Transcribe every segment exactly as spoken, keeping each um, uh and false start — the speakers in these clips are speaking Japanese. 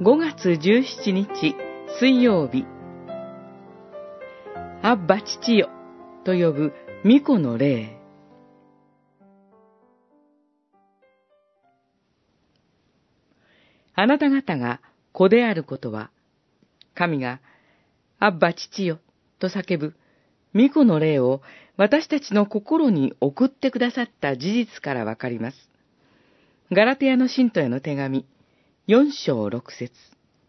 ごがつじゅうしちにち水曜日、アッバ父よと呼ぶ御子の霊。あなた方が子であることは、神がアッバ父よと叫ぶ御子の霊を私たちの心に送ってくださった事実からわかります。ガラテヤの信徒への手紙、よんしょうろくせつ。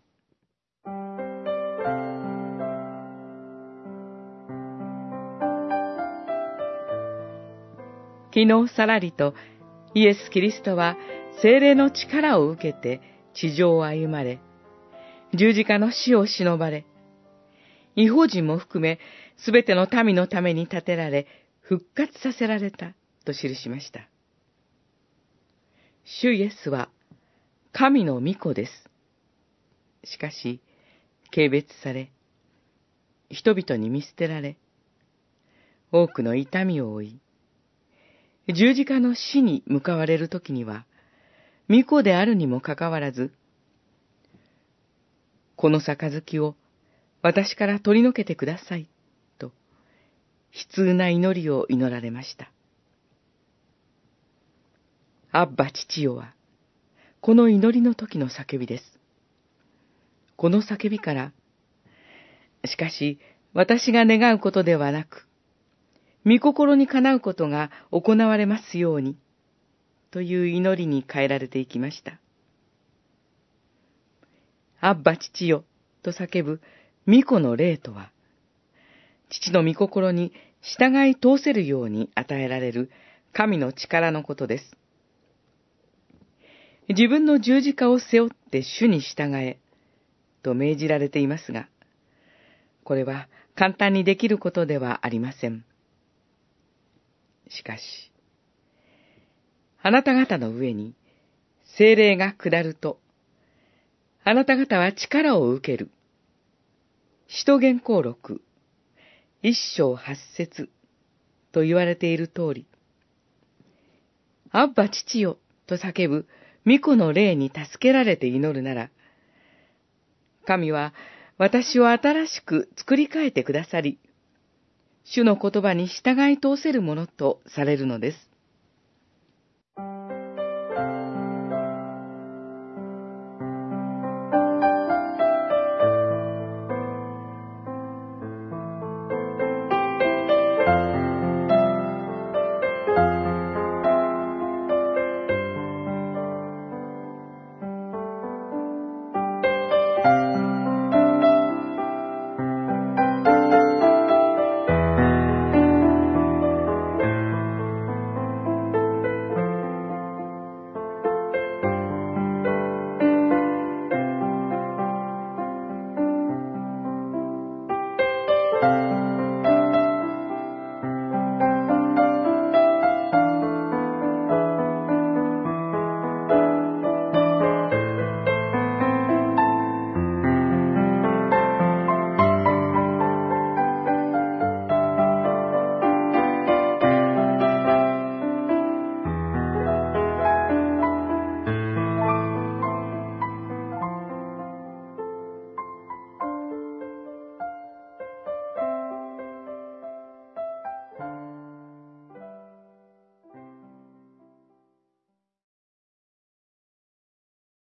昨日さらりとイエス・キリストは聖霊の力を受けて地上を歩まれ、十字架の死を忍ばれ、異邦人も含めすべての民のために立てられ、復活させられたと記しました。主イエスは神の御子です。しかし、軽蔑され、人々に見捨てられ、多くの痛みを負い、十字架の死に向かわれるときには、御子であるにもかかわらず、この杯を私から取り除けてください、と、悲痛な祈りを祈られました。アッバ父よは、この祈りの時の叫びです。この叫びから、しかし私が願うことではなく、御心にかなうことが行われますように、という祈りに変えられていきました。アッバ父よと叫ぶ御子の霊とは、父の御心に従い通せるように与えられる神の力のことです。自分の十字架を背負って主に従え、と命じられていますが、これは簡単にできることではありません。しかし、あなた方の上に聖霊が下ると、あなた方は力を受ける。使徒言行録、一章八節と言われている通り、アッバ父よと叫ぶ御子の霊に助けられて祈るなら、神は私を新しく作り変えてくださり、主の言葉に従い通せるものとされるのです。